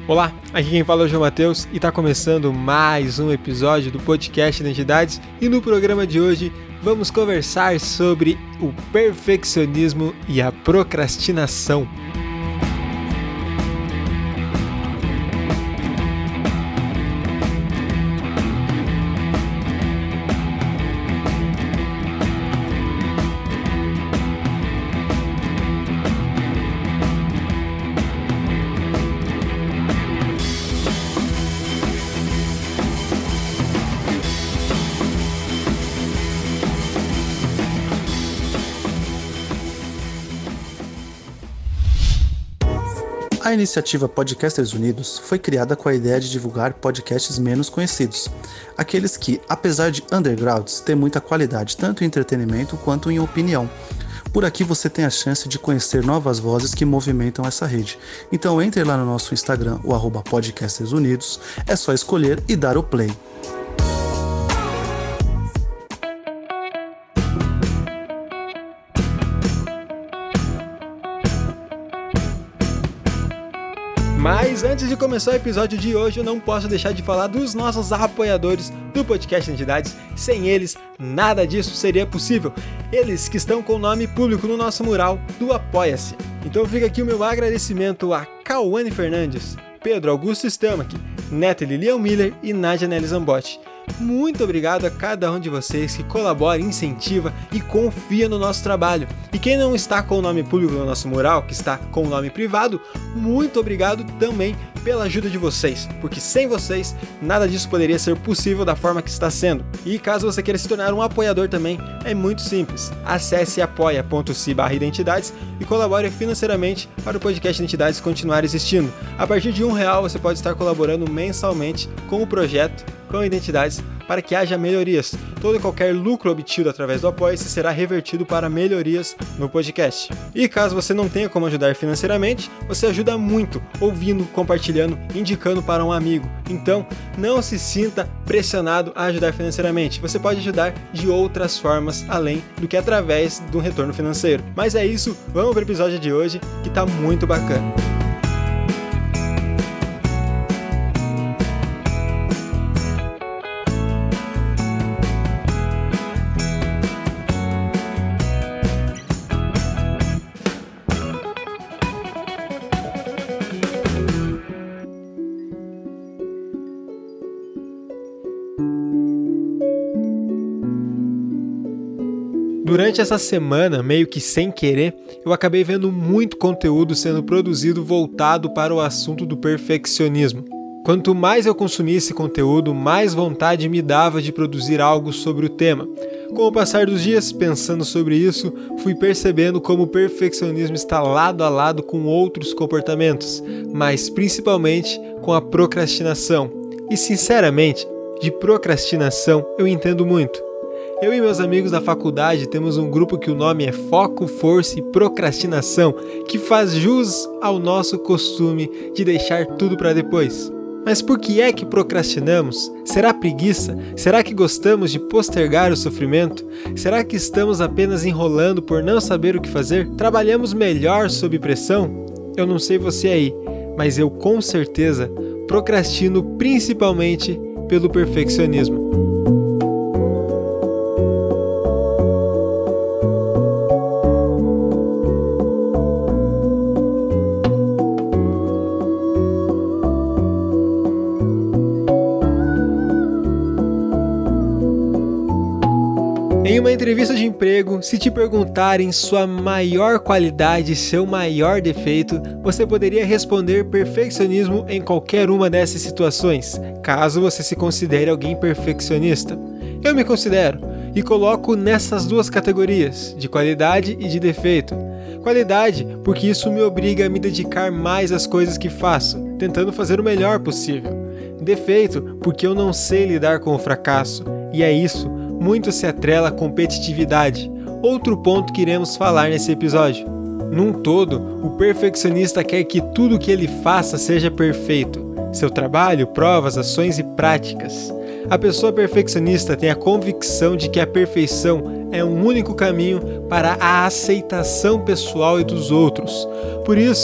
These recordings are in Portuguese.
Olá, aqui quem fala é o João Matheus e está começando mais um episódio do podcast Identidades, e no programa de hoje vamos conversar sobre o perfeccionismo e a procrastinação. A iniciativa Podcasters Unidos foi criada com a ideia de divulgar podcasts menos conhecidos, aqueles que, apesar de undergrounds, têm muita qualidade tanto em entretenimento quanto em opinião. Por aqui você tem a chance de conhecer novas vozes que movimentam essa rede. Então entre lá no nosso Instagram, o @podcastersunidos, é só escolher e dar o play. Mas antes de começar o episódio de hoje, eu não posso deixar de falar dos nossos apoiadores do podcast Identidades. Sem eles, nada disso seria possível. Eles que estão com o nome público no nosso mural do Apoia-se. Então fica aqui o meu agradecimento a Cauane Fernandes, Pedro Augusto Stamaki, Nathalie Leon Miller e Nádia Nelly Zambotti. Muito obrigado a cada um de vocês que colabora, incentiva e confia no nosso trabalho. E quem não está com o nome público no nosso mural, que está com o nome privado, muito obrigado também pela ajuda de vocês, porque sem vocês nada disso poderia ser possível da forma que está sendo. E caso você queira se tornar um apoiador também, é muito simples. Acesse apoia.se/identidades e colabore financeiramente para o podcast Identidades continuar existindo. A partir de R$1 você pode estar colaborando mensalmente com o projeto, com Identidades, para que haja melhorias. Todo e qualquer lucro obtido através do Apoia-se será revertido para melhorias no podcast. E caso você não tenha como ajudar financeiramente, você ajuda muito ouvindo, compartilhando, indicando para um amigo. Então, não se sinta pressionado a ajudar financeiramente. Você pode ajudar de outras formas, além do que através do retorno financeiro. Mas é isso, vamos para o episódio de hoje, que está muito bacana. Durante essa semana, meio que sem querer, eu acabei vendo muito conteúdo sendo produzido voltado para o assunto do perfeccionismo. Quanto mais eu consumia esse conteúdo, mais vontade me dava de produzir algo sobre o tema. Com o passar dos dias, pensando sobre isso, fui percebendo como o perfeccionismo está lado a lado com outros comportamentos, mas principalmente com a procrastinação. E sinceramente, de procrastinação eu entendo muito. Eu e meus amigos da faculdade temos um grupo que o nome é Foco, Força e Procrastinação, que faz jus ao nosso costume de deixar tudo para depois. Mas por que é que procrastinamos? Será preguiça? Será que gostamos de postergar o sofrimento? Será que estamos apenas enrolando por não saber o que fazer? Trabalhamos melhor sob pressão? Eu não sei você aí, mas eu com certeza procrastino principalmente pelo perfeccionismo. Em uma entrevista de emprego, se te perguntarem sua maior qualidade e seu maior defeito, você poderia responder perfeccionismo em qualquer uma dessas situações, caso você se considere alguém perfeccionista. Eu me considero e coloco nessas duas categorias, de qualidade e de defeito. Qualidade, porque isso me obriga a me dedicar mais às coisas que faço, tentando fazer o melhor possível. Defeito, porque eu não sei lidar com o fracasso, e é isso. Muito se atrela à competitividade, outro ponto que iremos falar nesse episódio. Num todo, o perfeccionista quer que tudo o que ele faça seja perfeito. Seu trabalho, provas, ações e práticas. A pessoa perfeccionista tem a convicção de que a perfeição é um único caminho para a aceitação pessoal e dos outros. Por isso,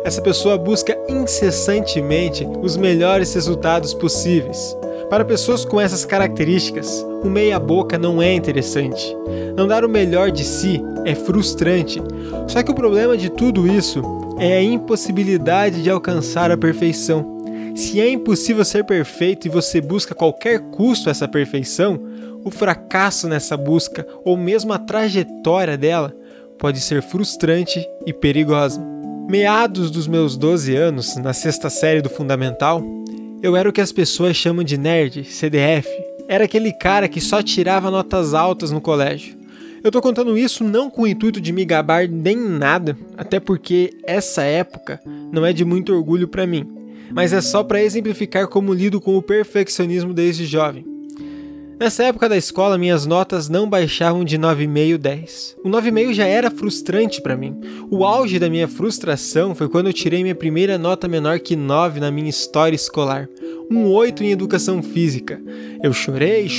Essa pessoa busca incessantemente os melhores resultados possíveis. Para pessoas com essas características, o meia-boca não é interessante. Não dar o melhor de si é frustrante. Só que o problema de tudo isso é a impossibilidade de alcançar a perfeição. Se é impossível ser perfeito e você busca a qualquer custo essa perfeição, o fracasso nessa busca, ou mesmo a trajetória dela, pode ser frustrante e perigosa. Meados dos meus 12 anos, na 6ª série do Fundamental, eu era o que as pessoas chamam de nerd, CDF. Era aquele cara que só tirava notas altas no colégio. Eu tô contando isso não com o intuito de me gabar nem nada, até porque essa época não é de muito orgulho pra mim, mas é só para exemplificar como lido com o perfeccionismo desde jovem. Nessa época da escola, minhas notas não baixavam de 9,5 e 10. O 9,5 já era frustrante para mim. O auge da minha frustração foi quando eu tirei minha primeira nota menor que 9 na minha história escolar. Um 8 em educação física. Eu chorei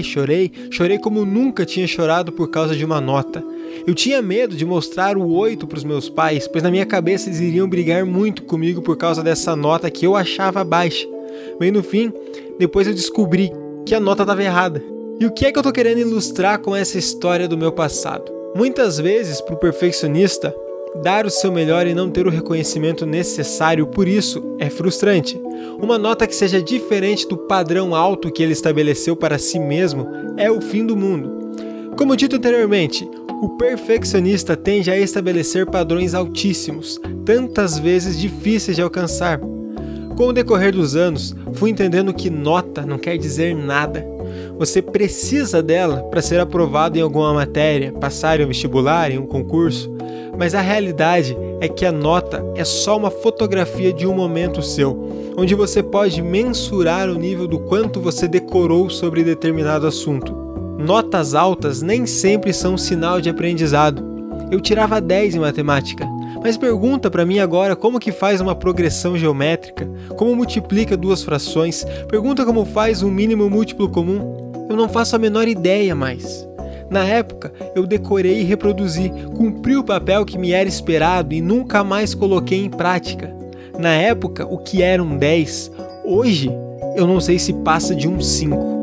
como nunca tinha chorado por causa de uma nota. Eu tinha medo de mostrar o 8 para os meus pais, pois na minha cabeça eles iriam brigar muito comigo por causa dessa nota que eu achava baixa. Bem no fim, depois eu descobri que a nota estava errada. E o que é que eu tô querendo ilustrar com essa história do meu passado? Muitas vezes, para o perfeccionista, dar o seu melhor e não ter o reconhecimento necessário por isso é frustrante. Uma nota que seja diferente do padrão alto que ele estabeleceu para si mesmo é o fim do mundo. Como dito anteriormente, o perfeccionista tende a estabelecer padrões altíssimos, tantas vezes difíceis de alcançar. Com o decorrer dos anos, fui entendendo que nota não quer dizer nada. Você precisa dela para ser aprovado em alguma matéria, passar em um vestibular, em um concurso, mas a realidade é que a nota é só uma fotografia de um momento seu, onde você pode mensurar o nível do quanto você decorou sobre determinado assunto. Notas altas nem sempre são um sinal de aprendizado. Eu tirava 10 em matemática, mas pergunta para mim agora como que faz uma progressão geométrica, como multiplica duas frações, pergunta como faz um mínimo múltiplo comum. Eu não faço a menor ideia mais. Na época, eu decorei e reproduzi, cumpri o papel que me era esperado e nunca mais coloquei em prática. Na época, o que era um 10, hoje eu não sei se passa de um 5.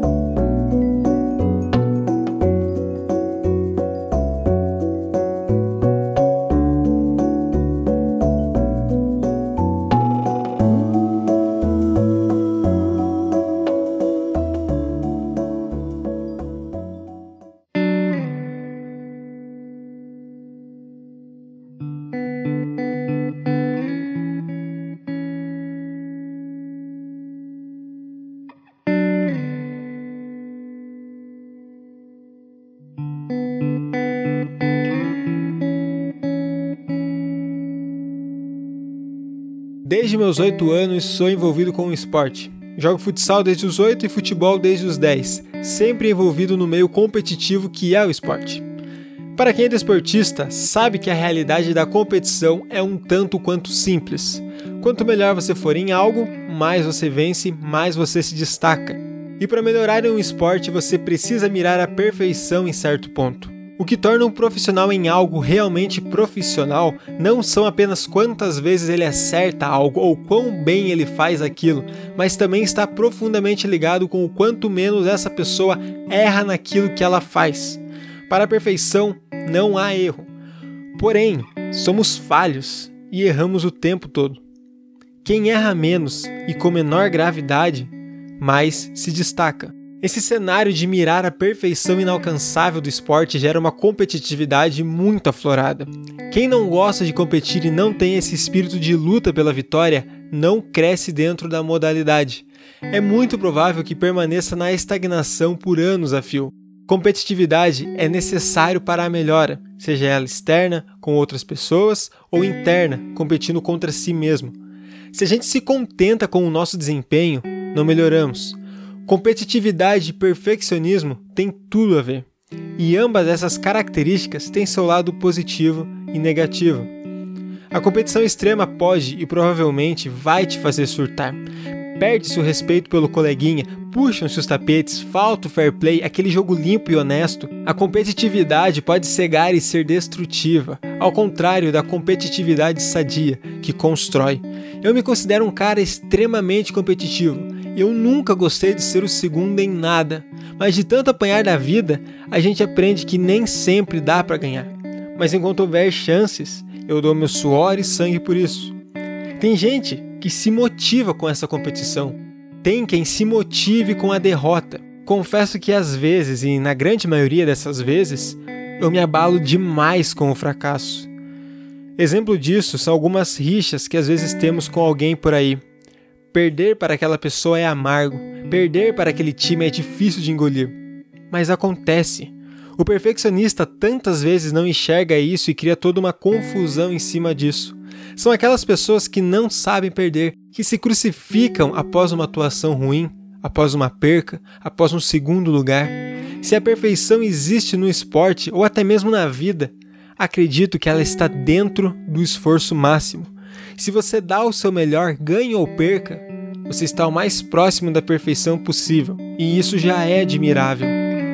Desde meus 8 anos sou envolvido com o esporte. Jogo futsal desde os 8 e futebol desde os 10, sempre envolvido no meio competitivo que é o esporte. Para quem é desportista, sabe que a realidade da competição é um tanto quanto simples. Quanto melhor você for em algo, mais você vence, mais você se destaca. E para melhorar em um esporte, você precisa mirar a perfeição em certo ponto. O que torna um profissional em algo realmente profissional não são apenas quantas vezes ele acerta algo ou quão bem ele faz aquilo, mas também está profundamente ligado com o quanto menos essa pessoa erra naquilo que ela faz. Para a perfeição, não há erro. Porém, somos falhos e erramos o tempo todo. Quem erra menos e com menor gravidade, mais se destaca. Esse cenário de mirar a perfeição inalcançável do esporte gera uma competitividade muito aflorada. Quem não gosta de competir e não tem esse espírito de luta pela vitória, não cresce dentro da modalidade. É muito provável que permaneça na estagnação por anos a fio. Competitividade é necessário para a melhora, seja ela externa, com outras pessoas, ou interna, competindo contra si mesmo. Se a gente se contenta com o nosso desempenho, não melhoramos. Competitividade e perfeccionismo têm tudo a ver, e ambas essas características têm seu lado positivo e negativo. A competição extrema pode e provavelmente vai te fazer surtar. Perde-se o respeito pelo coleguinha, puxam-se os tapetes, falta o fair play, aquele jogo limpo e honesto. A competitividade pode cegar e ser destrutiva, ao contrário da competitividade sadia, que constrói. Eu me considero um cara extremamente competitivo. Eu nunca gostei de ser o segundo em nada, mas de tanto apanhar da vida, a gente aprende que nem sempre dá para ganhar. Mas enquanto houver chances, eu dou meu suor e sangue por isso. Tem gente que se motiva com essa competição. Tem quem se motive com a derrota. Confesso que às vezes, e na grande maioria dessas vezes, eu me abalo demais com o fracasso. Exemplo disso são algumas rixas que às vezes temos com alguém por aí. Perder para aquela pessoa é amargo. Perder para aquele time é difícil de engolir. Mas acontece. O perfeccionista tantas vezes não enxerga isso e cria toda uma confusão em cima disso. São aquelas pessoas que não sabem perder, que se crucificam após uma atuação ruim, após uma perca, após um segundo lugar. Se a perfeição existe no esporte ou até mesmo na vida, acredito que ela está dentro do esforço máximo. Se você dá o seu melhor, ganhe ou perca, você está o mais próximo da perfeição possível, e isso já é admirável.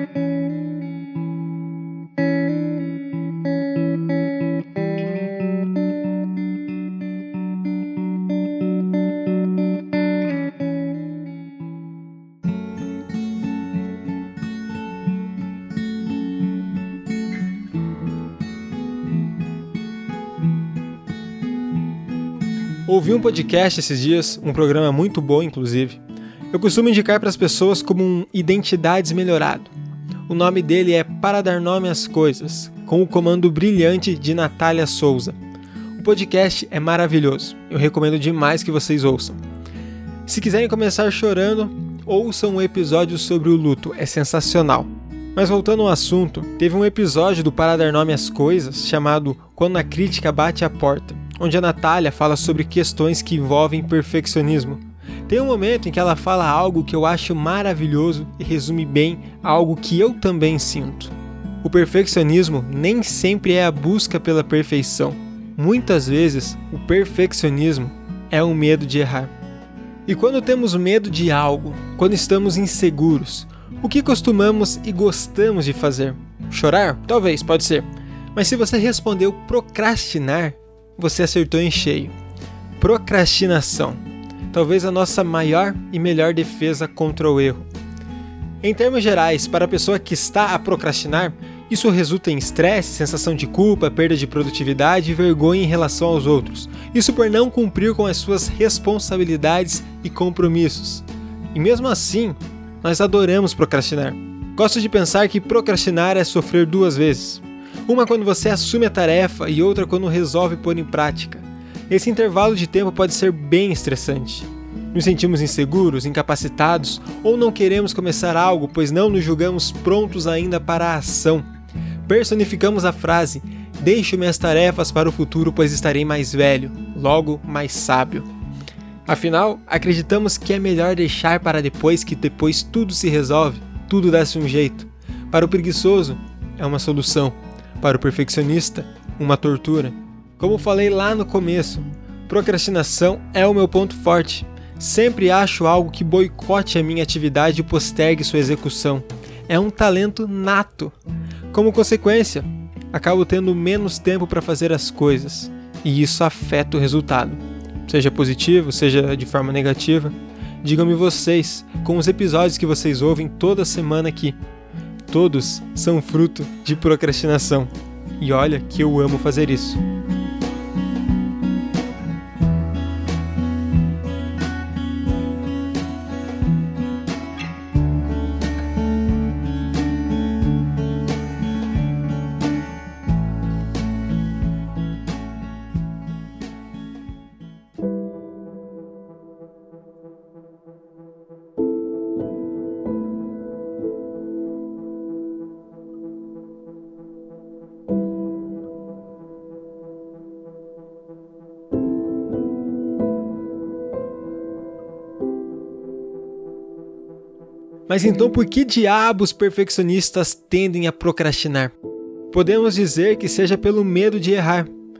Ouvi um podcast esses dias, um programa muito bom inclusive. Eu costumo indicar para as pessoas como um Identidades Melhorado. O nome dele é Para Dar Nome às Coisas, com o comando brilhante de Natália Souza. O podcast é maravilhoso, eu recomendo demais que vocês ouçam. Se quiserem começar chorando, ouçam um episódio sobre o luto, é sensacional. Mas voltando ao assunto, teve um episódio do Para Dar Nome às Coisas chamado Quando a Crítica Bate à Porta, onde a Natália fala sobre questões que envolvem perfeccionismo. Tem um momento em que ela fala algo que eu acho maravilhoso e resume bem algo que eu também sinto. O perfeccionismo nem sempre é a busca pela perfeição. Muitas vezes, o perfeccionismo é o medo de errar. E quando temos medo de algo, quando estamos inseguros, o que costumamos e gostamos de fazer? Chorar? Talvez, pode ser. Mas se você respondeu procrastinar, você acertou em cheio. Procrastinação. Talvez a nossa maior e melhor defesa contra o erro. Em termos gerais, para a pessoa que está a procrastinar, isso resulta em estresse, sensação de culpa, perda de produtividade e vergonha em relação aos outros. Isso por não cumprir com as suas responsabilidades e compromissos. E mesmo assim, nós adoramos procrastinar. Gosto de pensar que procrastinar é sofrer duas vezes. Uma quando você assume a tarefa e outra quando resolve pôr em prática. Esse intervalo de tempo pode ser bem estressante. Nos sentimos inseguros, incapacitados ou não queremos começar algo pois não nos julgamos prontos ainda para a ação. Personificamos a frase, deixo minhas tarefas para o futuro pois estarei mais velho, logo mais sábio. Afinal, acreditamos que é melhor deixar para depois que depois tudo se resolve, tudo dá-se um jeito. Para o preguiçoso, é uma solução. Para o perfeccionista, uma tortura. Como falei lá no começo, procrastinação é o meu ponto forte. Sempre acho algo que boicote a minha atividade e postergue sua execução. É um talento nato. Como consequência, acabo tendo menos tempo para fazer as coisas. E isso afeta o resultado. Seja positivo, seja de forma negativa. Digam-me vocês, com os episódios que vocês ouvem toda semana aqui. Todos são fruto de procrastinação. E olha que eu amo fazer isso. Mas então por que diabos perfeccionistas tendem a procrastinar? Podemos dizer que seja pelo medo de errar.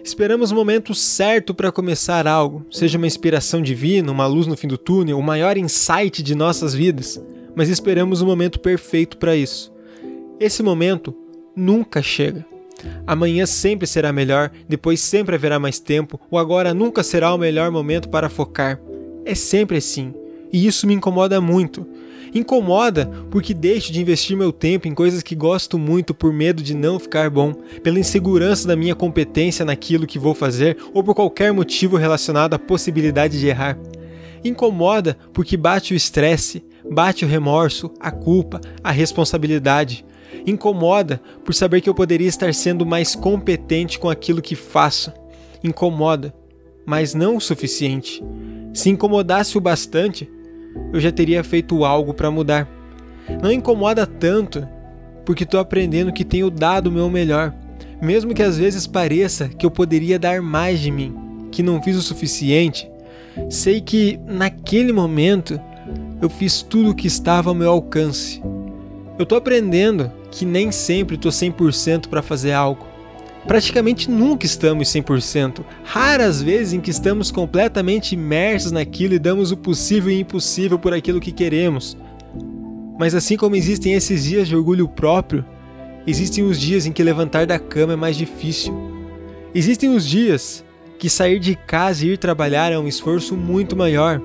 Esperamos o momento certo para começar algo, seja uma inspiração divina, uma luz no fim do túnel, o maior insight de nossas vidas, mas esperamos o momento perfeito para isso. Esse momento nunca chega. Amanhã sempre será melhor, depois sempre haverá mais tempo, o agora nunca será o melhor momento para focar. É sempre assim, e isso me incomoda muito. Incomoda porque deixo de investir meu tempo em coisas que gosto muito por medo de não ficar bom, pela insegurança da minha competência naquilo que vou fazer ou por qualquer motivo relacionado à possibilidade de errar. Incomoda porque bate o estresse, bate o remorso, a culpa, a responsabilidade. Incomoda por saber que eu poderia estar sendo mais competente com aquilo que faço. Incomoda, mas não o suficiente. Se incomodasse o bastante, eu já teria feito algo para mudar. Não incomoda tanto, porque estou aprendendo que tenho dado o meu melhor, mesmo que às vezes pareça que eu poderia dar mais de mim, que não fiz o suficiente. Sei que, naquele momento, eu fiz tudo o que estava ao meu alcance. Eu estou aprendendo que nem sempre estou 100% para fazer algo. Praticamente nunca estamos 100%, raras vezes em que estamos completamente imersos naquilo e damos o possível e impossível por aquilo que queremos. Mas assim como existem esses dias de orgulho próprio, existem os dias em que levantar da cama é mais difícil. Existem os dias que sair de casa e ir trabalhar é um esforço muito maior.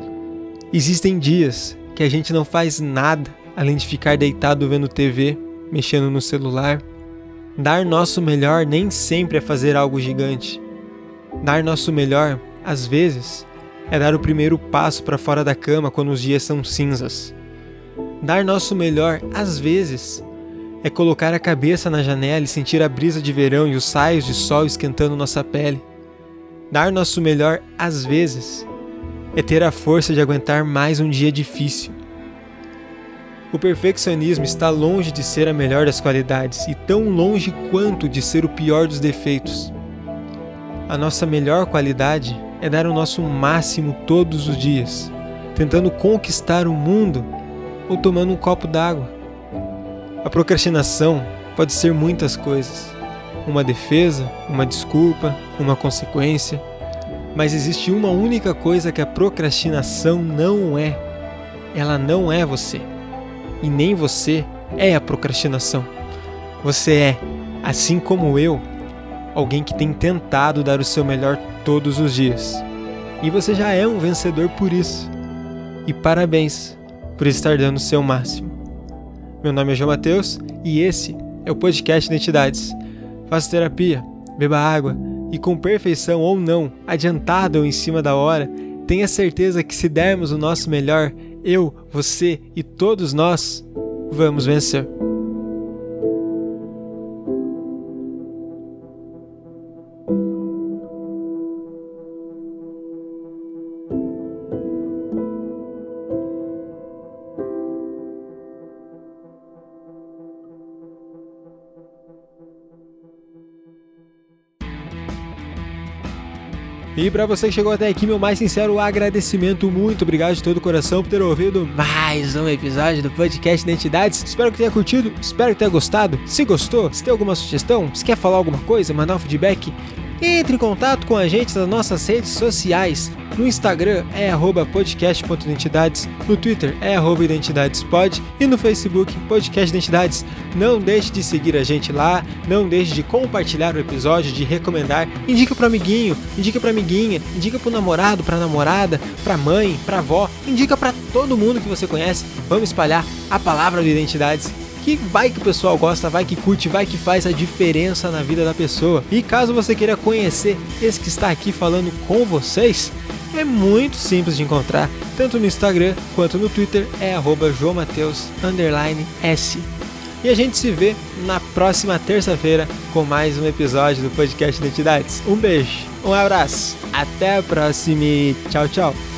Existem dias que a gente não faz nada além de ficar deitado vendo TV, mexendo no celular. Dar nosso melhor nem sempre é fazer algo gigante. Dar nosso melhor, às vezes, é dar o primeiro passo para fora da cama quando os dias são cinzas. Dar nosso melhor, às vezes, é colocar a cabeça na janela e sentir a brisa de verão e os raios de sol esquentando nossa pele. Dar nosso melhor, às vezes, é ter a força de aguentar mais um dia difícil. O perfeccionismo está longe de ser a melhor das qualidades e tão longe quanto de ser o pior dos defeitos. A nossa melhor qualidade é dar o nosso máximo todos os dias, tentando conquistar o mundo ou tomando um copo d'água. A procrastinação pode ser muitas coisas. Uma defesa, uma desculpa, uma consequência. Mas existe uma única coisa que a procrastinação não é. Ela não é você. E nem você é a procrastinação. Você é, assim como eu, alguém que tem tentado dar o seu melhor todos os dias. E você já é um vencedor por isso. E parabéns por estar dando o seu máximo. Meu nome é João Matheus e esse é o podcast Identidades. Faça terapia, beba água e com perfeição ou não, adiantado ou em cima da hora, tenha certeza que se dermos o nosso melhor, eu, você e todos nós, vamos vencer. E para você que chegou até aqui, meu mais sincero agradecimento, muito obrigado de todo o coração por ter ouvido mais um episódio do podcast Identidades. Espero que tenha curtido, espero que tenha gostado. Se gostou, se tem alguma sugestão, se quer falar alguma coisa, mandar um feedback, entre em contato com a gente nas nossas redes sociais. No Instagram é @podcast.identidades, no Twitter é @identidadespod e no Facebook Podcast Identidades. Não deixe de seguir a gente lá, não deixe de compartilhar o episódio, de recomendar. Indica pro amiguinho, indica pra amiguinha, indica pro namorado, pra namorada, pra mãe, pra avó, indica pra todo mundo que você conhece. Vamos espalhar a palavra do Identidades, que vai que o pessoal gosta, vai que curte, vai que faz a diferença na vida da pessoa. E caso você queira conhecer esse que está aqui falando com vocês, é muito simples de encontrar, tanto no Instagram quanto no Twitter, é @joamateus_s. E a gente se vê na próxima terça-feira com mais um episódio do podcast Identidades. Um beijo, um abraço, até a próxima e tchau, tchau.